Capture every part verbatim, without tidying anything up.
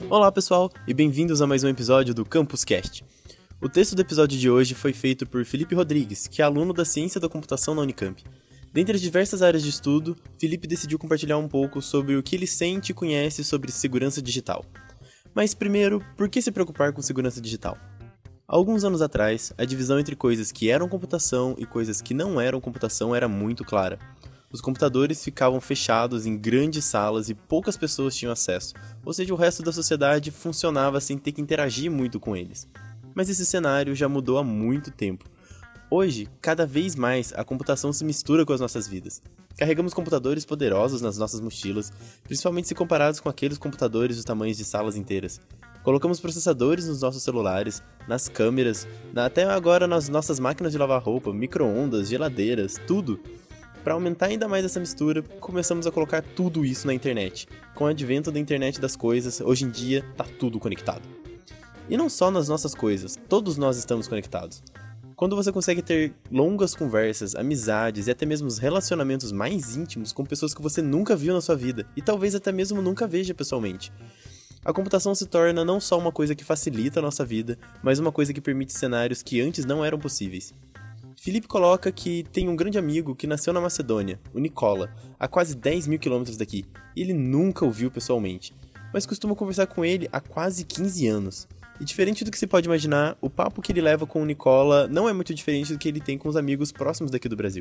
Olá pessoal, e bem-vindos a mais um episódio do Campus Cast. O texto do episódio de hoje foi feito por Felipe Rodrigues, que é aluno da Ciência da Computação na Unicamp. Dentre as diversas áreas de estudo, Felipe decidiu compartilhar um pouco sobre o que ele sente e conhece sobre segurança digital. Mas primeiro, por que se preocupar com segurança digital? Há alguns anos atrás, a divisão entre coisas que eram computação e coisas que não eram computação era muito clara. Os computadores ficavam fechados em grandes salas e poucas pessoas tinham acesso, ou seja, o resto da sociedade funcionava sem ter que interagir muito com eles. Mas esse cenário já mudou há muito tempo. Hoje, cada vez mais, a computação se mistura com as nossas vidas. Carregamos computadores poderosos nas nossas mochilas, principalmente se comparados com aqueles computadores dos tamanhos de salas inteiras. Colocamos processadores nos nossos celulares, nas câmeras, na, até agora nas nossas máquinas de lavar roupa, micro-ondas, geladeiras, tudo. Para aumentar ainda mais essa mistura, começamos a colocar tudo isso na internet. Com o advento da internet das coisas, hoje em dia tá tudo conectado. E não só nas nossas coisas, todos nós estamos conectados. Quando você consegue ter longas conversas, amizades e até mesmo os relacionamentos mais íntimos com pessoas que você nunca viu na sua vida e talvez até mesmo nunca veja pessoalmente. A computação se torna não só uma coisa que facilita a nossa vida, mas uma coisa que permite cenários que antes não eram possíveis. Felipe coloca que tem um grande amigo que nasceu na Macedônia, o Nicola, a quase dez mil quilômetros daqui, e ele nunca o viu pessoalmente, mas costuma conversar com ele há quase quinze anos. E diferente do que se pode imaginar, o papo que ele leva com o Nicola não é muito diferente do que ele tem com os amigos próximos daqui do Brasil.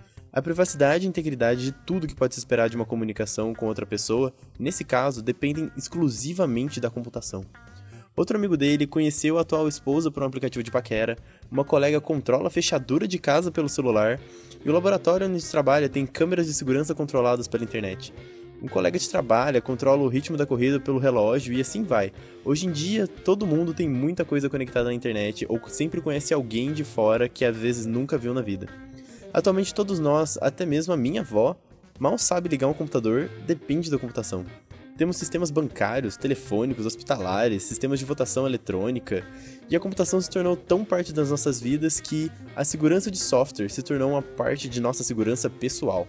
A privacidade e integridade de tudo que pode se esperar de uma comunicação com outra pessoa, nesse caso, dependem exclusivamente da computação. Outro amigo dele conheceu a atual esposa por um aplicativo de paquera, uma colega controla a fechadura de casa pelo celular, e o laboratório onde trabalha tem câmeras de segurança controladas pela internet. Um colega de trabalho controla o ritmo da corrida pelo relógio e assim vai. Hoje em dia, todo mundo tem muita coisa conectada na internet ou sempre conhece alguém de fora que às vezes nunca viu na vida. Atualmente todos nós, até mesmo a minha avó, mal sabe ligar um computador, depende da computação. Temos sistemas bancários, telefônicos, hospitalares, sistemas de votação eletrônica, e a computação se tornou tão parte das nossas vidas que a segurança de software se tornou uma parte de nossa segurança pessoal.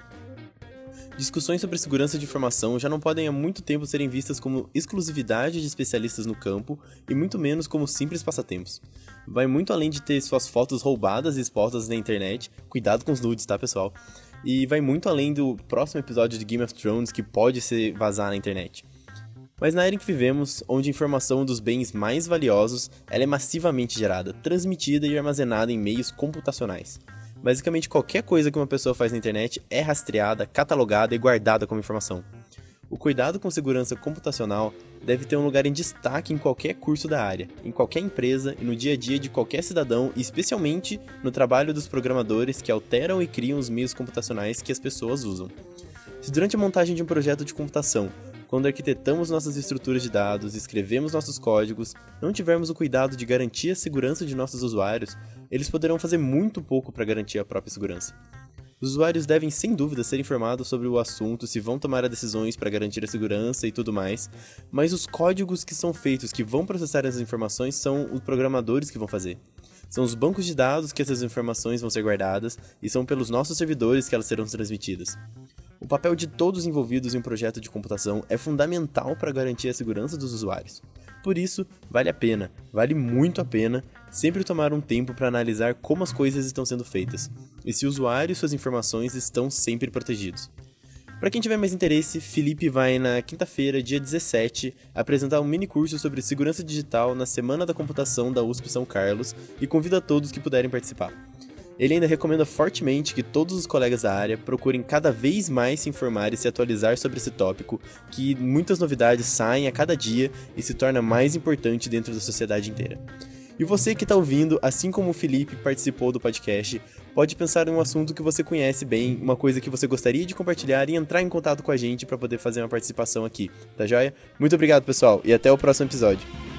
Discussões sobre segurança de informação já não podem há muito tempo serem vistas como exclusividade de especialistas no campo e muito menos como simples passatempos. Vai muito além de ter suas fotos roubadas e expostas na internet, cuidado com os nudes, tá pessoal? E vai muito além do próximo episódio de Game of Thrones que pode se vazar na internet. Mas na era em que vivemos, onde a informação dos bens mais valiosos, ela é massivamente gerada, transmitida e armazenada em meios computacionais. Basicamente qualquer coisa que uma pessoa faz na internet é rastreada, catalogada e guardada como informação. O cuidado com segurança computacional deve ter um lugar em destaque em qualquer curso da área, em qualquer empresa e no dia a dia de qualquer cidadão, e especialmente no trabalho dos programadores que alteram e criam os meios computacionais que as pessoas usam. Se durante a montagem de um projeto de computação, quando arquitetamos nossas estruturas de dados e escrevemos nossos códigos, não tivermos o cuidado de garantir a segurança de nossos usuários, eles poderão fazer muito pouco para garantir a própria segurança. Os usuários devem, sem dúvida, ser informados sobre o assunto, se vão tomar decisões para garantir a segurança e tudo mais, mas os códigos que são feitos, que vão processar essas informações, são os programadores que vão fazer. São os bancos de dados que essas informações vão ser guardadas e são pelos nossos servidores que elas serão transmitidas. O papel de todos envolvidos em um projeto de computação é fundamental para garantir a segurança dos usuários. Por isso, vale a pena, vale muito a pena, sempre tomar um tempo para analisar como as coisas estão sendo feitas, e se o usuário e suas informações estão sempre protegidos. Para quem tiver mais interesse, Felipe vai na quinta-feira, dia dezessete, apresentar um mini curso sobre segurança digital na Semana da Computação da U S P São Carlos e convida a todos que puderem participar. Ele ainda recomenda fortemente que todos os colegas da área procurem cada vez mais se informar e se atualizar sobre esse tópico, que muitas novidades saem a cada dia e se torna mais importante dentro da sociedade inteira. E você que está ouvindo, assim como o Felipe participou do podcast, pode pensar em um assunto que você conhece bem, uma coisa que você gostaria de compartilhar e entrar em contato com a gente para poder fazer uma participação aqui, tá joia? Muito obrigado, pessoal, e até o próximo episódio.